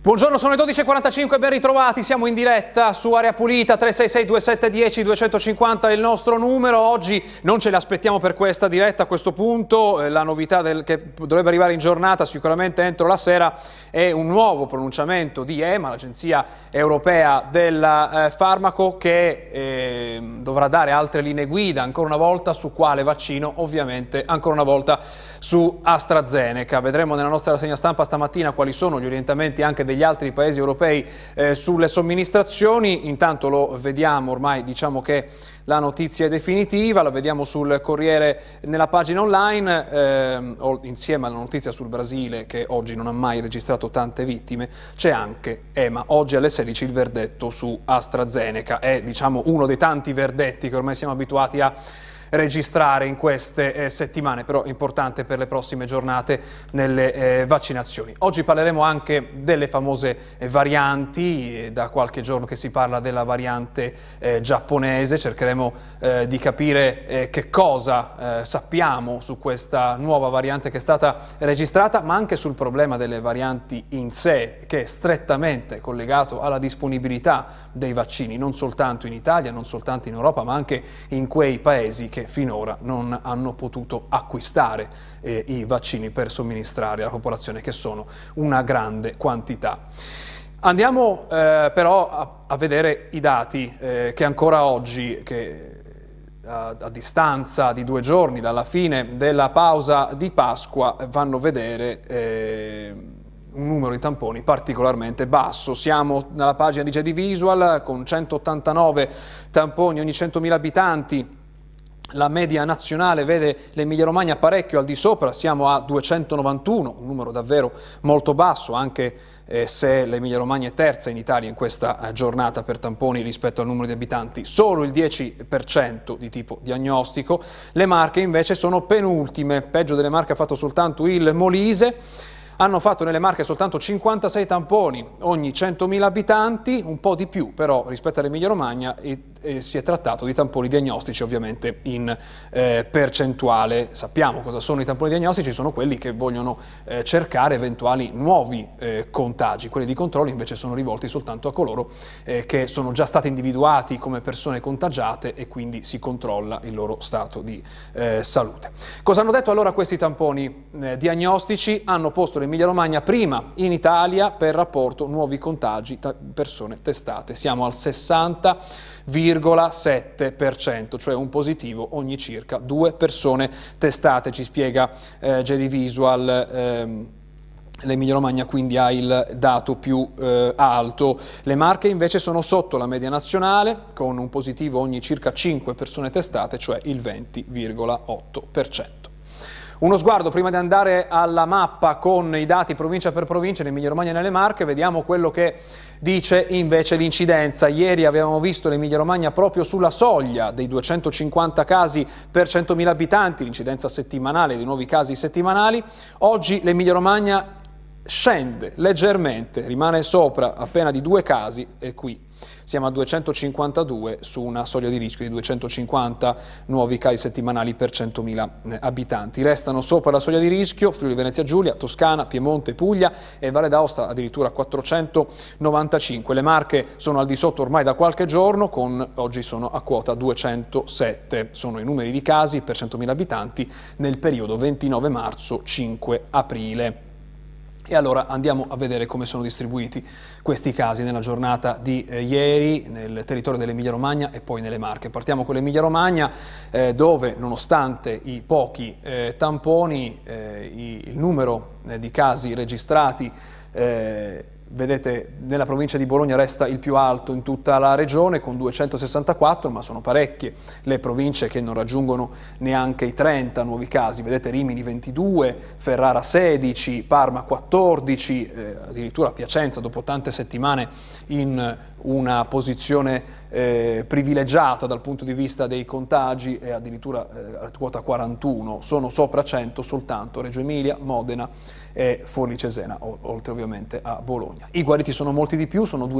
Buongiorno, sono le 12.45, ben ritrovati, siamo in diretta su Area Pulita, 366-2710-250 è il nostro numero. Oggi non ce l'aspettiamo per questa diretta a questo punto, la novità che dovrebbe arrivare in giornata sicuramente entro la sera è un nuovo pronunciamento di EMA, l'Agenzia Europea del Farmaco, che dovrà dare altre linee guida ancora una volta su quale vaccino, ovviamente ancora una volta su AstraZeneca. Vedremo nella nostra rassegna stampa stamattina quali sono gli orientamenti anche degli altri paesi europei sulle somministrazioni. Intanto lo vediamo, ormai diciamo che la notizia è definitiva, la vediamo sul Corriere nella pagina online, insieme alla notizia sul Brasile che oggi non ha mai registrato tante vittime, c'è anche EMA. Oggi alle 16 il verdetto su AstraZeneca, è diciamo uno dei tanti verdetti che ormai siamo abituati a registrare in queste settimane, però importante per le prossime giornate nelle vaccinazioni. Oggi parleremo anche delle famose varianti, da qualche giorno che si parla della variante giapponese, cercheremo di capire che cosa sappiamo su questa nuova variante che è stata registrata, ma anche sul problema delle varianti in sé, che è strettamente collegato alla disponibilità dei vaccini, non soltanto in Italia, non soltanto in Europa, ma anche in quei paesi che finora non hanno potuto acquistare i vaccini per somministrare alla popolazione, che sono una grande quantità. Andiamo però a vedere i dati che ancora oggi, a distanza di 2 giorni dalla fine della pausa di Pasqua, vanno a vedere un numero di tamponi particolarmente basso. Siamo nella pagina di JD Visual con 189 tamponi ogni 100.000 abitanti. La media nazionale vede l'Emilia-Romagna parecchio al di sopra, siamo a 291, un numero davvero molto basso, anche se l'Emilia-Romagna è terza in Italia in questa giornata per tamponi rispetto al numero di abitanti, solo il 10% di tipo diagnostico. Le Marche invece sono penultime, peggio delle Marche ha fatto soltanto il Molise. Hanno fatto nelle Marche soltanto 56 tamponi ogni 100.000 abitanti, un po' di più però rispetto all'Emilia-Romagna, e si è trattato di tamponi diagnostici ovviamente in percentuale. Sappiamo cosa sono i tamponi diagnostici, sono quelli che vogliono cercare eventuali nuovi contagi. Quelli di controllo invece sono rivolti soltanto a coloro che sono già stati individuati come persone contagiate e quindi si controlla il loro stato di salute. Cosa hanno detto allora questi tamponi diagnostici? Hanno posto l'Emilia-Romagna prima in Italia per rapporto nuovi contagi, persone testate. Siamo al 60,7%, cioè un positivo ogni circa 2 persone testate, ci spiega JD Visual. L'Emilia-Romagna quindi ha il dato più alto. Le Marche invece sono sotto la media nazionale, con un positivo ogni circa 5 persone testate, cioè il 20,8%. Uno sguardo prima di andare alla mappa con i dati provincia per provincia in Emilia-Romagna e nelle Marche, vediamo quello che dice invece l'incidenza. Ieri avevamo visto l'Emilia-Romagna proprio sulla soglia dei 250 casi per 100.000 abitanti, l'incidenza settimanale dei nuovi casi settimanali. Oggi l'Emilia-Romagna scende leggermente, rimane sopra appena di 2 casi e qui siamo a 252 su una soglia di rischio di 250 nuovi casi settimanali per 100.000 abitanti. Restano sopra la soglia di rischio Friuli Venezia Giulia, Toscana, Piemonte, Puglia e Valle d'Aosta addirittura 495. Le Marche sono al di sotto ormai da qualche giorno, oggi sono a quota 207. Sono i numeri di casi per 100.000 abitanti nel periodo 29 marzo-5 aprile. E allora andiamo a vedere come sono distribuiti questi casi nella giornata di ieri nel territorio dell'Emilia-Romagna e poi nelle Marche. Partiamo con l'Emilia-Romagna dove, nonostante i pochi tamponi, il numero di casi registrati vedete, nella provincia di Bologna resta il più alto in tutta la regione con 264, ma sono parecchie le province che non raggiungono neanche i 30 nuovi casi. Vedete Rimini 22, Ferrara 16, Parma 14, addirittura Piacenza dopo tante settimane in una posizione privilegiata dal punto di vista dei contagi e addirittura a quota 41, sono sopra 100 soltanto Reggio Emilia, Modena e Forlì Cesena, oltre ovviamente a Bologna. I guariti sono molti di più, sono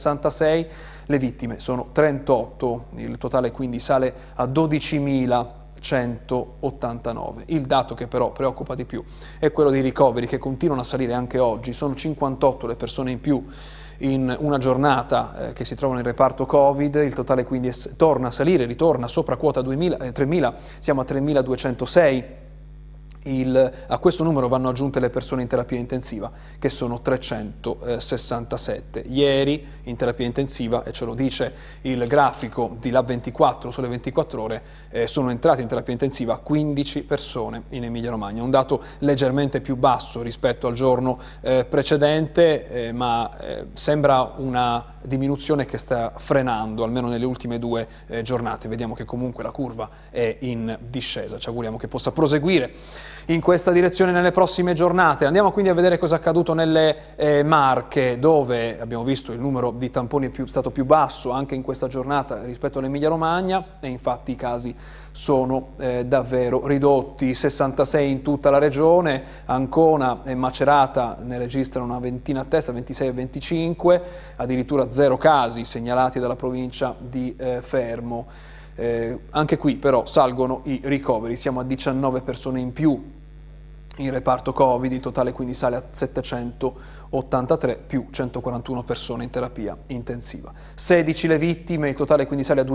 2066, le vittime sono 38, il totale quindi sale a 12.000 189. Il dato che però preoccupa di più è quello dei ricoveri, che continuano a salire anche oggi. Sono 58 le persone in più in una giornata che si trovano in reparto Covid. Il totale quindi torna a salire, ritorna sopra quota 3.000, siamo a 3.206. A questo numero vanno aggiunte le persone in terapia intensiva, che sono 367. Ieri in terapia intensiva, e ce lo dice il grafico di Lab24, Sole 24 Ore, sono entrate in terapia intensiva 15 persone in Emilia-Romagna, un dato leggermente più basso rispetto al giorno precedente, ma sembra una diminuzione che sta frenando, almeno nelle ultime 2 giornate. Vediamo che comunque la curva è in discesa, ci auguriamo che possa proseguire in questa direzione nelle prossime giornate. Andiamo quindi a vedere cosa è accaduto nelle Marche, dove abbiamo visto il numero di tamponi è stato più basso anche in questa giornata rispetto all'Emilia Romagna, e infatti i casi sono davvero ridotti, 66 in tutta la regione. Ancona e Macerata ne registrano una ventina a testa, 26 e 25, addirittura 0 casi segnalati dalla provincia di Fermo. Anche qui però salgono i ricoveri, siamo a 19 persone in più in reparto Covid, il totale quindi sale a 783 più 141 persone in terapia intensiva. 16 le vittime, il totale quindi sale a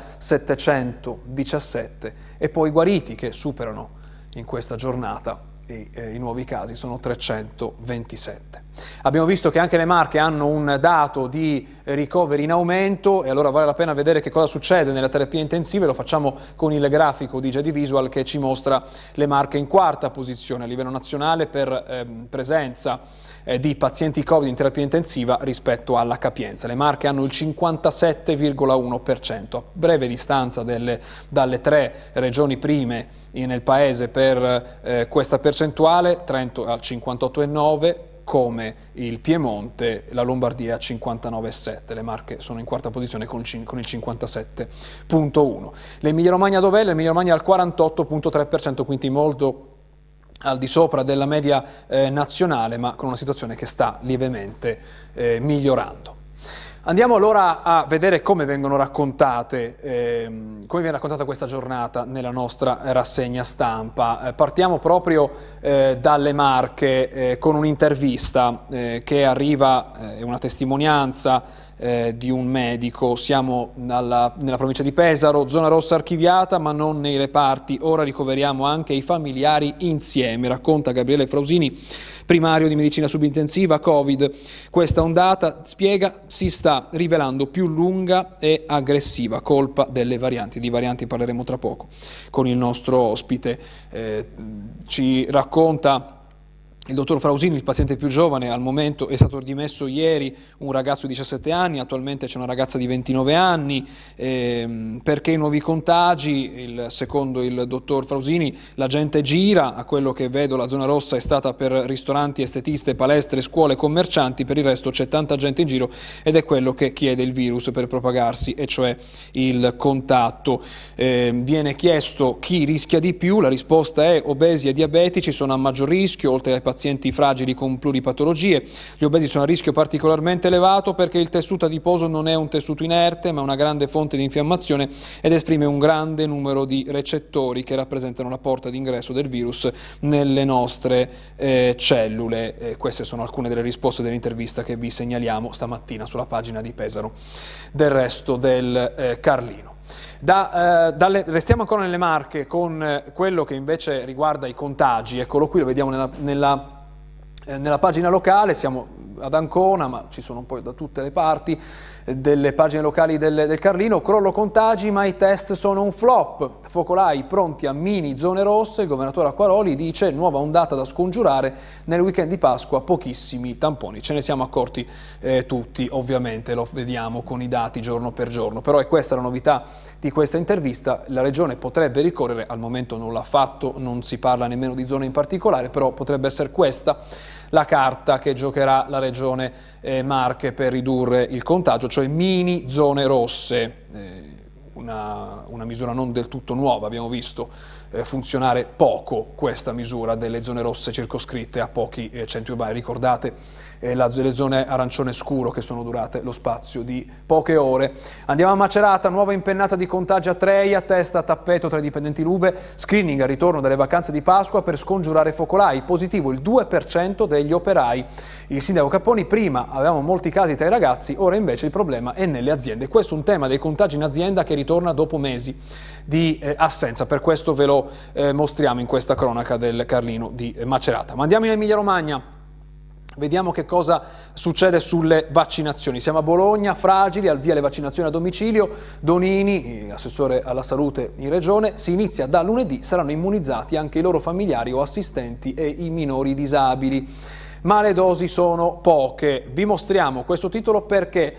2717, e poi i guariti che superano in questa giornata i nuovi casi, sono 327. Abbiamo visto che anche le Marche hanno un dato di ricoveri in aumento, e allora vale la pena vedere che cosa succede nella terapia intensiva. Lo facciamo con il grafico di JD Visual, che ci mostra le Marche in quarta posizione a livello nazionale per presenza di pazienti Covid in terapia intensiva rispetto alla capienza. Le Marche hanno il 57,1%, a breve distanza dalle 3 regioni prime nel paese per questa percentuale. Trento al 58,9%, come il Piemonte, la Lombardia a 59,7%. Le Marche sono in quarta posizione con il 57,1%. L'Emilia Romagna dov'è? L'Emilia Romagna al 48,3%, quindi molto al di sopra della media nazionale, ma con una situazione che sta lievemente migliorando. Andiamo allora a vedere come vengono raccontate, come viene raccontata questa giornata nella nostra rassegna stampa. Partiamo proprio dalle Marche con un'intervista che arriva, una testimonianza di un medico. Siamo nella provincia di Pesaro, zona rossa archiviata ma non nei reparti, ora ricoveriamo anche i familiari insieme, racconta Gabriele Frausini, primario di medicina subintensiva Covid. Questa ondata, spiega, si sta rivelando più lunga e aggressiva, colpa delle varianti. Di varianti parleremo tra poco con il nostro ospite. Ci racconta il dottor Frausini, il paziente più giovane. Al momento è stato dimesso ieri un ragazzo di 17 anni, attualmente c'è una ragazza di 29 anni. Perché i nuovi contagi? Secondo il dottor Frausini la gente gira, a quello che vedo la zona rossa è stata per ristoranti, estetiste, palestre, scuole, commercianti, per il resto c'è tanta gente in giro ed è quello che chiede il virus per propagarsi, e cioè il contatto. Viene chiesto chi rischia di più, la risposta è obesi e diabetici sono a maggior rischio, oltre ai pazienti fragili con pluripatologie. Gli obesi sono a rischio particolarmente elevato perché il tessuto adiposo non è un tessuto inerte ma una grande fonte di infiammazione ed esprime un grande numero di recettori che rappresentano la porta d'ingresso del virus nelle nostre cellule. Queste sono alcune delle risposte dell'intervista che vi segnaliamo stamattina sulla pagina di Pesaro del Resto del Carlino. Restiamo ancora nelle Marche con quello che invece riguarda i contagi. Eccolo qui, lo vediamo nella pagina locale. Siamo ad Ancona, ma ci sono poi da tutte le parti delle pagine locali del Carlino. Crollo contagi, ma i test sono un flop. Focolai pronti a mini zone rosse. Il governatore Acquaroli dice nuova ondata da scongiurare. Nel weekend di Pasqua pochissimi tamponi. Ce ne siamo accorti tutti, ovviamente lo vediamo con i dati giorno per giorno. Però è questa la novità di questa intervista. La regione potrebbe ricorrere, al momento non l'ha fatto, non si parla nemmeno di zone in particolare, però potrebbe essere questa la carta che giocherà la regione Marche per ridurre il contagio, cioè mini zone rosse, una misura non del tutto nuova. Abbiamo visto funzionare poco questa misura delle zone rosse circoscritte a pochi centri urbani. Ricordate le zone arancione scuro che sono durate lo spazio di poche ore. Andiamo a Macerata, nuova impennata di contagi a Treia, testa a tappeto tra i dipendenti Lube, screening al ritorno dalle vacanze di Pasqua per scongiurare focolai, positivo il 2% degli operai. Il sindaco Capponi: prima avevamo molti casi tra i ragazzi, ora invece il problema è nelle aziende. Questo è un tema dei contagi in azienda che ritorna dopo mesi di assenza, per questo ve lo mostriamo in questa cronaca del Carlino di Macerata. Ma andiamo in Emilia Romagna. Vediamo che cosa succede sulle vaccinazioni. Siamo a Bologna, fragili, al via le vaccinazioni a domicilio. Donini, assessore alla salute in regione: si inizia da lunedì, saranno immunizzati anche i loro familiari o assistenti e i minori disabili. Ma le dosi sono poche. Vi mostriamo questo titolo perché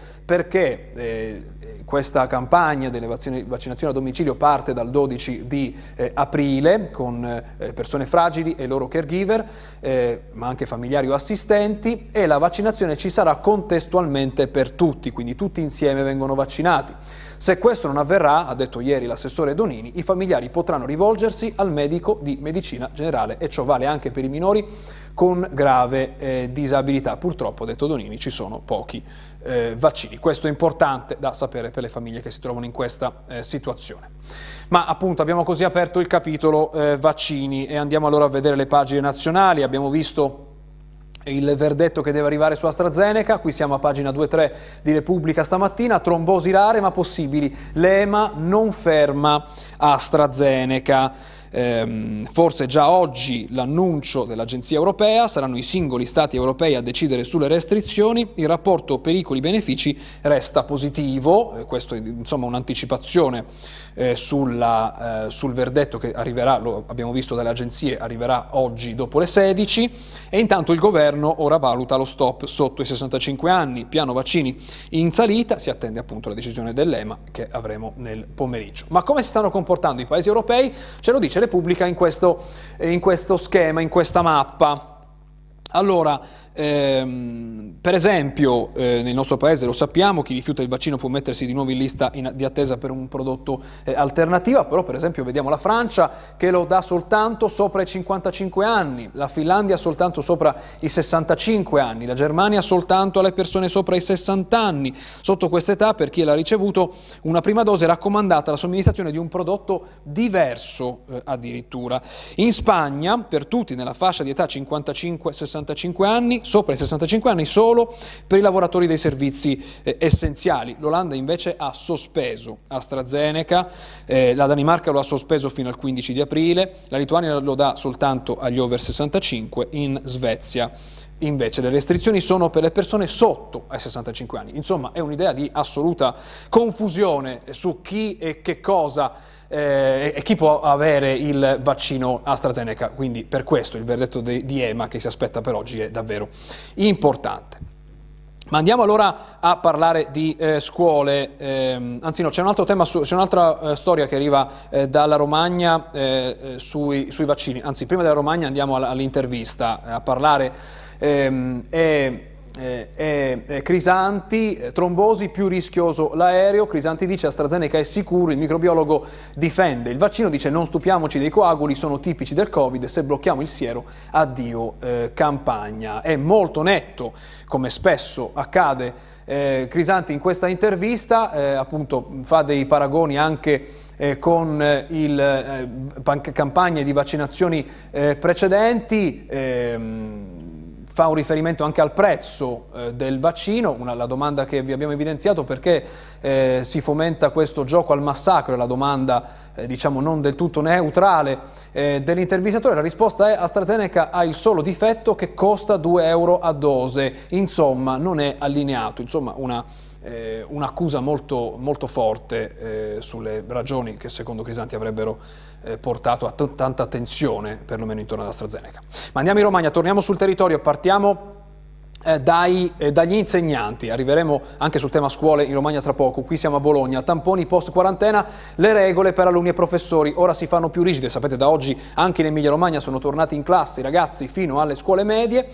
questa campagna delle vaccinazioni a domicilio parte dal 12 di aprile con persone fragili e loro caregiver, ma anche familiari o assistenti, e la vaccinazione ci sarà contestualmente per tutti, quindi tutti insieme vengono vaccinati. Se questo non avverrà, ha detto ieri l'assessore Donini, i familiari potranno rivolgersi al medico di medicina generale, e ciò vale anche per i minori con grave disabilità. Purtroppo, ha detto Donini, ci sono pochi vaccini. Questo è importante da sapere per le famiglie che si trovano in questa situazione. Ma appunto abbiamo così aperto il capitolo vaccini e andiamo allora a vedere le pagine nazionali. Abbiamo visto il verdetto che deve arrivare su AstraZeneca, qui siamo a pagina 2-3 di Repubblica stamattina: trombosi rare ma possibili, l'EMA non ferma AstraZeneca. Forse già oggi l'annuncio dell'Agenzia Europea, saranno i singoli Stati europei a decidere sulle restrizioni, il rapporto pericoli-benefici resta positivo, questo è insomma un'anticipazione sul verdetto che arriverà, lo abbiamo visto dalle agenzie, arriverà oggi dopo le 16, e intanto il governo ora valuta lo stop sotto i 65 anni, piano vaccini in salita, si attende appunto la decisione dell'EMA che avremo nel pomeriggio. Ma come si stanno comportando i paesi europei? Ce lo dice Repubblica in questo schema, in questa mappa. Allora, per esempio, nel nostro paese lo sappiamo, chi rifiuta il vaccino può mettersi di nuovo in lista di attesa per un prodotto alternativo, però per esempio vediamo la Francia che lo dà soltanto sopra i 55 anni, la Finlandia soltanto sopra i 65 anni, la Germania soltanto alle persone sopra i 60 anni. Sotto questa età, per chi l'ha ricevuto una prima dose, è raccomandata la somministrazione di un prodotto diverso addirittura. In Spagna, per tutti nella fascia di età 55-65 anni, sopra i 65 anni solo per i lavoratori dei servizi essenziali. L'Olanda invece ha sospeso AstraZeneca, la Danimarca lo ha sospeso fino al 15 di aprile, la Lituania lo dà soltanto agli over 65, in Svezia invece le restrizioni sono per le persone sotto ai 65 anni. Insomma, è un'idea di assoluta confusione su chi e che cosa e chi può avere il vaccino AstraZeneca, quindi per questo il verdetto di EMA che si aspetta per oggi è davvero importante. Ma andiamo allora a parlare di scuole, anzi no, c'è un altro tema, c'è un'altra storia che arriva dalla Romagna sui vaccini, anzi prima della Romagna andiamo all'intervista a parlare Crisanti, trombosi più rischioso l'aereo. Crisanti dice AstraZeneca è sicuro, il microbiologo difende il vaccino, dice non stupiamoci dei coaguli, sono tipici del Covid, se blocchiamo il siero addio campagna. È molto netto, come spesso accade, Crisanti in questa intervista, appunto fa dei paragoni anche con campagne di vaccinazioni precedenti, fa un riferimento anche al prezzo del vaccino, la domanda che vi abbiamo evidenziato: perché si fomenta questo gioco al massacro, è la domanda diciamo non del tutto neutrale dell'intervistatore. La risposta è: AstraZeneca ha il solo difetto che costa 2 euro a dose, insomma non è allineato, insomma un'accusa molto, molto forte sulle ragioni che secondo Crisanti avrebbero portato a tanta tensione perlomeno intorno ad AstraZeneca. Ma andiamo in Romagna, torniamo sul territorio, partiamo dagli insegnanti, arriveremo anche sul tema scuole in Romagna tra poco. Qui siamo a Bologna, tamponi post quarantena, le regole per alunni e professori ora si fanno più rigide, sapete da oggi anche in Emilia Romagna sono tornati in classe i ragazzi fino alle scuole medie.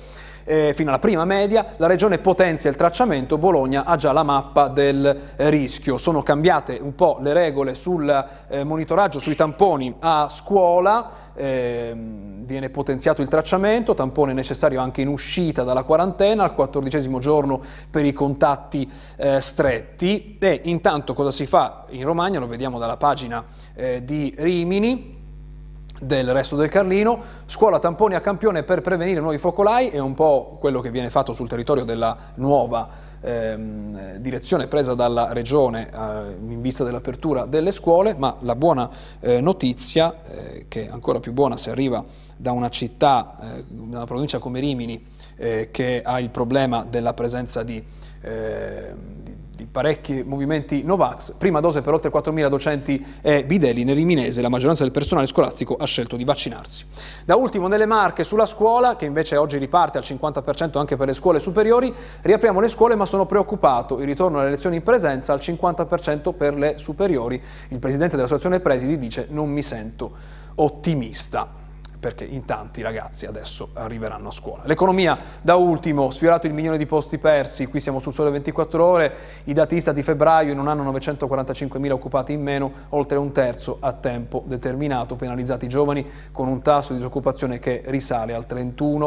fino alla prima media, la Regione potenzia il tracciamento, Bologna ha già la mappa del rischio. Sono cambiate un po' le regole sul monitoraggio, sui tamponi a scuola, viene potenziato il tracciamento, tampone necessario anche in uscita dalla quarantena, al 14° giorno per i contatti stretti. E intanto cosa si fa in Romagna? Lo vediamo dalla pagina di Rimini, del Resto del Carlino. Scuola tamponi a campione per prevenire nuovi focolai, è un po' quello che viene fatto sul territorio della nuova direzione presa dalla Regione in vista dell'apertura delle scuole, ma la buona notizia, che è ancora più buona se arriva da una città, da una provincia come Rimini, che ha il problema della presenza di parecchi movimenti Novax, prima dose per oltre 4.000 docenti e bidelli. Nel riminese la maggioranza del personale scolastico ha scelto di vaccinarsi. Da ultimo nelle Marche sulla scuola, che invece oggi riparte al 50% anche per le scuole superiori. Riapriamo le scuole ma sono preoccupato, il ritorno alle lezioni in presenza al 50% per le superiori. Il presidente dell'associazione presidi dice: non mi sento ottimista, perché in tanti ragazzi adesso arriveranno a scuola. L'economia, da ultimo, sfiorato il 1 milione di posti persi, qui siamo sul Sole 24 Ore, i dati Istat di febbraio in un anno 945.000 occupati in meno, oltre un terzo a tempo determinato, penalizzati i giovani con un tasso di disoccupazione che risale al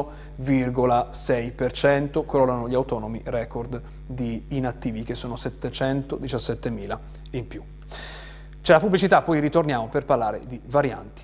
31,6%, crollano gli autonomi, record di inattivi che sono 717.000 in più. C'è la pubblicità, poi ritorniamo per parlare di varianti.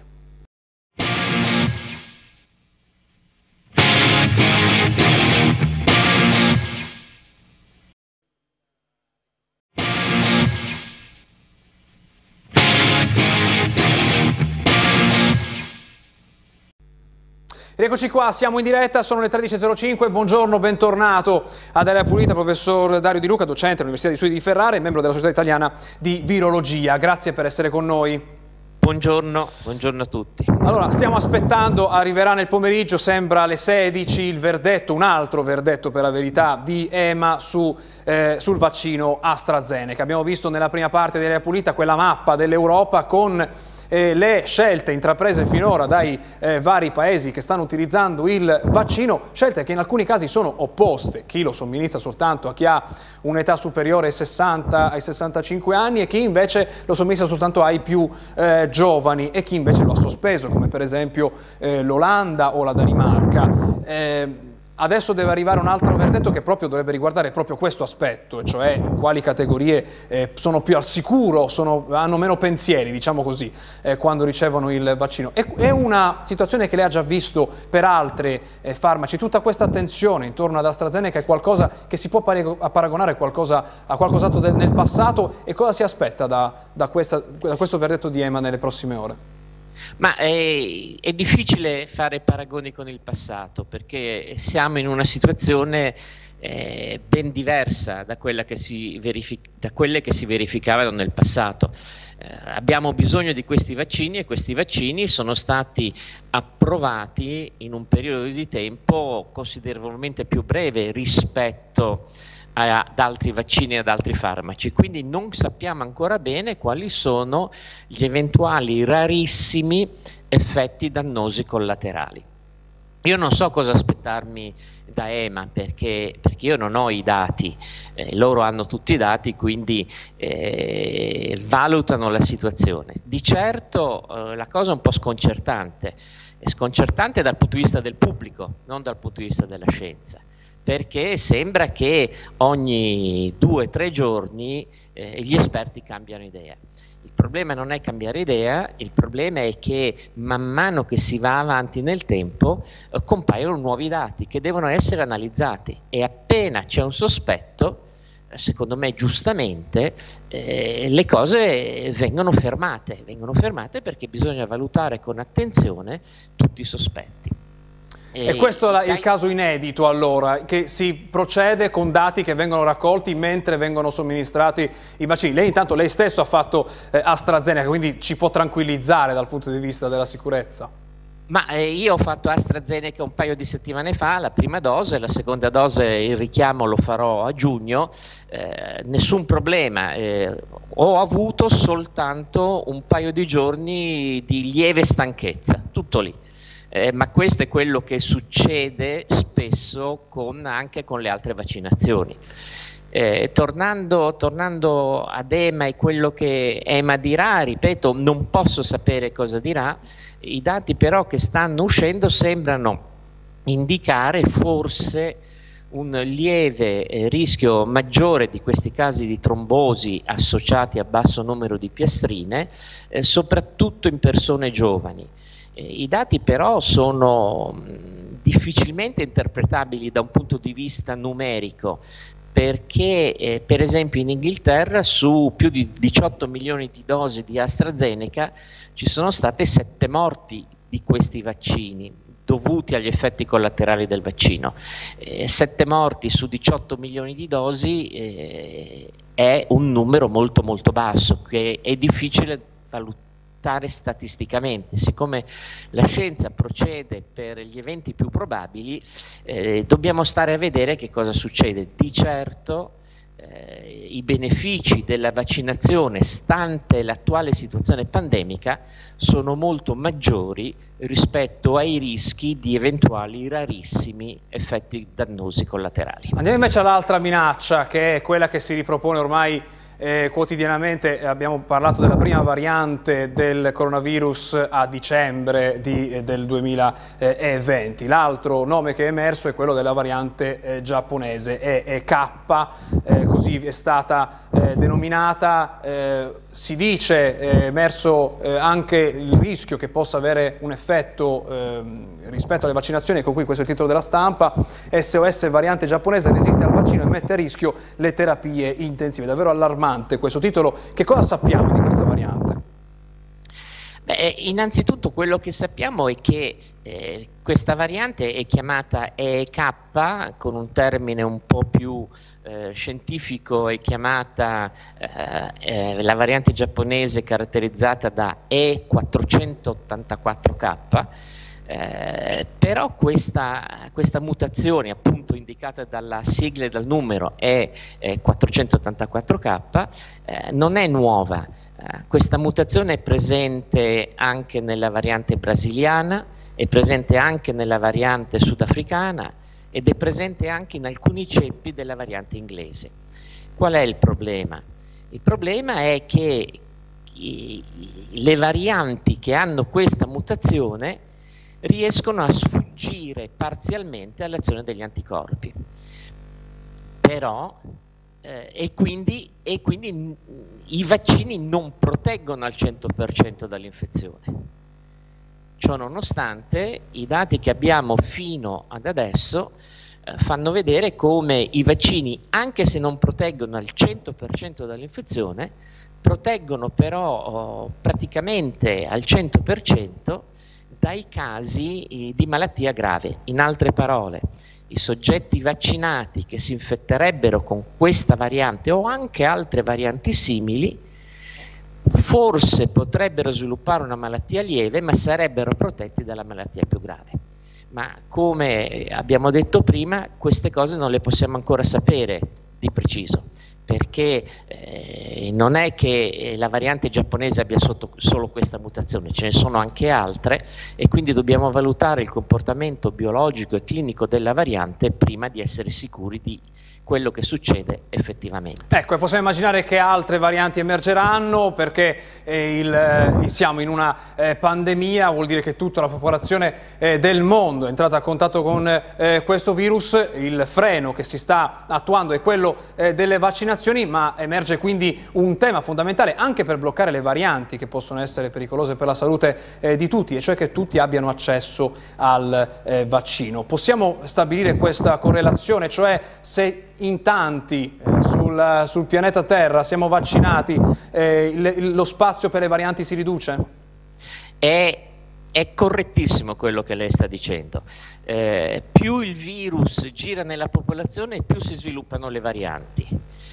Eccoci qua, siamo in diretta, sono le 13.05, buongiorno, bentornato ad Aria Pulita, professor Dario Di Luca, docente all'Università di Studi di Ferrara e membro della Società Italiana di Virologia. Grazie per essere con noi. Buongiorno, buongiorno a tutti. Allora, stiamo aspettando, arriverà nel pomeriggio, sembra alle 16, il verdetto, un altro verdetto per la verità, di EMA sul vaccino AstraZeneca. Abbiamo visto nella prima parte di Aria Pulita quella mappa dell'Europa con le scelte intraprese finora dai vari paesi che stanno utilizzando il vaccino, scelte che in alcuni casi sono opposte. Chi lo somministra soltanto a chi ha un'età superiore ai 60, ai 65 anni e chi invece lo somministra soltanto ai più giovani e chi invece lo ha sospeso, come per esempio l'Olanda o la Danimarca. Adesso deve arrivare un altro verdetto che proprio dovrebbe riguardare proprio questo aspetto, e cioè quali categorie sono più al sicuro, hanno meno pensieri, diciamo così, quando ricevono il vaccino. È una situazione che lei ha già visto per altri farmaci. Tutta questa attenzione intorno ad AstraZeneca è qualcosa che si può paragonare a qualcos'altro nel passato, e cosa si aspetta da questo verdetto di EMA nelle prossime ore? Ma è difficile fare paragoni con il passato, perché siamo in una situazione ben diversa da quelle che si verificavano nel passato. Abbiamo bisogno di questi vaccini e questi vaccini sono stati approvati in un periodo di tempo considerevolmente più breve rispetto ad altri vaccini e ad altri farmaci, quindi non sappiamo ancora bene quali sono gli eventuali rarissimi effetti dannosi collaterali. Io non so cosa aspettarmi da EMA perché io non ho i dati, loro hanno tutti i dati, quindi valutano la situazione. Di certo la cosa è un po' sconcertante, è sconcertante dal punto di vista del pubblico, non dal punto di vista della scienza, perché sembra che ogni 2 o 3 giorni gli esperti cambiano idea. Il problema non è cambiare idea, il problema è che man mano che si va avanti nel tempo compaiono nuovi dati che devono essere analizzati, e appena c'è un sospetto, secondo me giustamente, le cose vengono fermate perché bisogna valutare con attenzione tutti i sospetti. E questo è il caso inedito, allora, che si procede con dati che vengono raccolti mentre vengono somministrati i vaccini. Lei stesso ha fatto AstraZeneca, quindi ci può tranquillizzare dal punto di vista della sicurezza? Ma io ho fatto AstraZeneca un paio di settimane fa, la prima dose, la seconda dose, il richiamo lo farò a giugno, nessun problema, ho avuto soltanto un paio di giorni di lieve stanchezza, tutto lì. ma questo è quello che succede spesso anche con le altre vaccinazioni. Tornando ad EMA e quello che EMA dirà, ripeto, non posso sapere cosa dirà, i dati però che stanno uscendo sembrano indicare forse un lieve rischio maggiore di questi casi di trombosi associati a basso numero di piastrine, soprattutto in persone giovani. I dati però sono difficilmente interpretabili da un punto di vista numerico, perché per esempio in Inghilterra su più di 18 milioni di dosi di AstraZeneca ci sono state 7 morti di questi vaccini dovuti agli effetti collaterali del vaccino. 7 morti su 18 milioni di dosi è un numero molto molto basso, che è difficile valutare statisticamente. Siccome la scienza procede per gli eventi più probabili, dobbiamo stare a vedere che cosa succede. Di certo i benefici della vaccinazione, stante l'attuale situazione pandemica, sono molto maggiori rispetto ai rischi di eventuali rarissimi effetti dannosi collaterali. Andiamo invece all'altra minaccia, che è quella che si ripropone ormai quotidianamente. Abbiamo parlato della prima variante del coronavirus a dicembre del 2020. L'altro nome che è emerso è quello della variante giapponese, K, così è stata denominata. Si dice, è emerso anche il rischio che possa avere un effetto rispetto alle vaccinazioni, con cui questo è il titolo della stampa: SOS variante giapponese, resiste al vaccino e mette a rischio le terapie intensive. Davvero allarmante questo titolo. Che cosa sappiamo di questa variante? Beh, innanzitutto quello che sappiamo è che questa variante è chiamata EK, con un termine un po' più scientifico è chiamata la variante giapponese caratterizzata da E484K. Però questa mutazione, appunto indicata dalla sigla e dal numero E484K, non è nuova. Questa mutazione è presente anche nella variante brasiliana, è presente anche nella variante sudafricana ed è presente anche in alcuni ceppi della variante inglese. Qual è il problema? Il problema è che le varianti che hanno questa mutazione riescono a sfuggire parzialmente all'azione degli anticorpi, però e quindi i vaccini non proteggono al 100% dall'infezione. Ciò nonostante, i dati che abbiamo fino ad adesso fanno vedere come i vaccini, anche se non proteggono al 100% dall'infezione, proteggono però praticamente al 100% dai casi di malattia grave. In altre parole, i soggetti vaccinati che si infetterebbero con questa variante o anche altre varianti simili forse potrebbero sviluppare una malattia lieve, ma sarebbero protetti dalla malattia più grave. Ma come abbiamo detto prima, queste cose non le possiamo ancora sapere di preciso, perché non è che la variante giapponese abbia solo questa mutazione, ce ne sono anche altre, e quindi dobbiamo valutare il comportamento biologico e clinico della variante prima di essere sicuri di quello che succede effettivamente. Ecco, possiamo immaginare che altre varianti emergeranno, perché siamo in una pandemia, vuol dire che tutta la popolazione del mondo è entrata a contatto con questo virus. Il freno che si sta attuando è quello delle vaccinazioni, ma emerge quindi un tema fondamentale anche per bloccare le varianti che possono essere pericolose per la salute di tutti, e cioè che tutti abbiano accesso al vaccino. Possiamo stabilire questa correlazione, cioè se in tanti sul pianeta Terra siamo vaccinati, lo spazio per le varianti si riduce? È correttissimo quello che lei sta dicendo. Più il virus gira nella popolazione, più si sviluppano le varianti.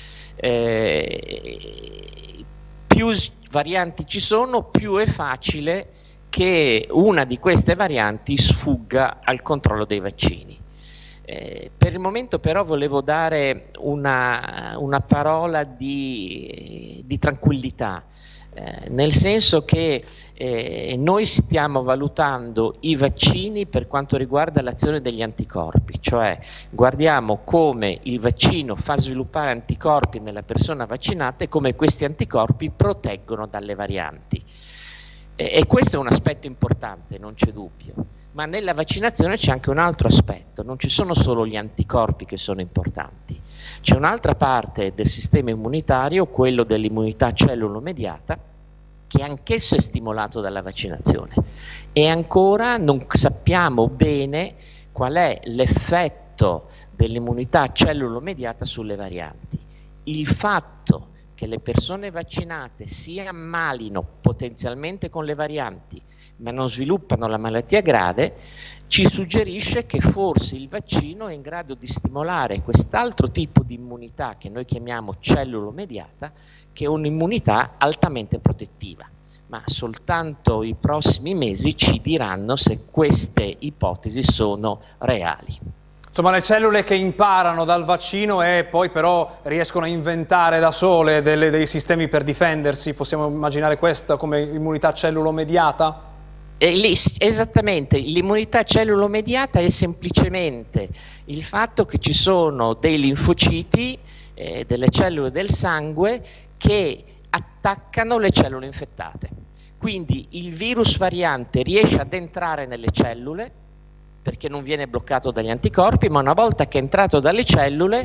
Più varianti ci sono, più è facile che una di queste varianti sfugga al controllo dei vaccini. Per il momento però volevo dare una parola di tranquillità. nel senso che noi stiamo valutando i vaccini per quanto riguarda l'azione degli anticorpi, cioè guardiamo come il vaccino fa sviluppare anticorpi nella persona vaccinata e come questi anticorpi proteggono dalle varianti. E questo è un aspetto importante, non c'è dubbio, ma nella vaccinazione c'è anche un altro aspetto, non ci sono solo gli anticorpi che sono importanti, c'è un'altra parte del sistema immunitario, quello dell'immunità cellulo-mediata, che anch'esso è stimolato dalla vaccinazione e ancora non sappiamo bene qual è l'effetto dell'immunità cellulo-mediata sulle varianti. Il fatto che le persone vaccinate si ammalino potenzialmente con le varianti ma non sviluppano la malattia grave ci suggerisce che forse il vaccino è in grado di stimolare quest'altro tipo di immunità che noi chiamiamo cellulo-mediata, che è un'immunità altamente protettiva, ma soltanto i prossimi mesi ci diranno se queste ipotesi sono reali. Insomma, le cellule che imparano dal vaccino e poi però riescono a inventare da sole dei sistemi per difendersi, possiamo immaginare questa come immunità cellulo-mediata? Esattamente, l'immunità cellulo-mediata è semplicemente il fatto che ci sono dei linfociti, delle cellule del sangue che attaccano le cellule infettate. Quindi il virus variante riesce ad entrare nelle cellule perché non viene bloccato dagli anticorpi, ma una volta che è entrato dalle cellule,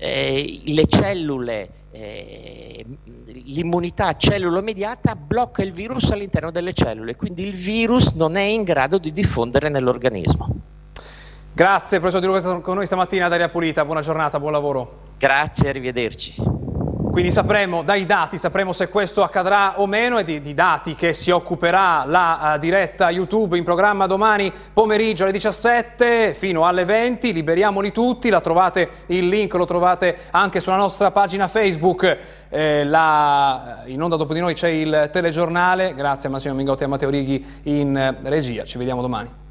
l'immunità cellulo-mediata blocca il virus all'interno delle cellule, quindi il virus non è in grado di diffondere nell'organismo. Grazie professor Di Luca, che è stato con noi stamattina ad Aria Pulita, buona giornata, buon lavoro. Grazie, arrivederci. Quindi sapremo dai dati, sapremo se questo accadrà o meno, e di dati che si occuperà la diretta YouTube in programma domani pomeriggio alle 17 fino alle 20. Liberiamoli tutti, il link lo trovate anche sulla nostra pagina Facebook. In onda dopo di noi c'è il telegiornale. Grazie a Massimo Mingotti e a Matteo Righi in regia. Ci vediamo domani.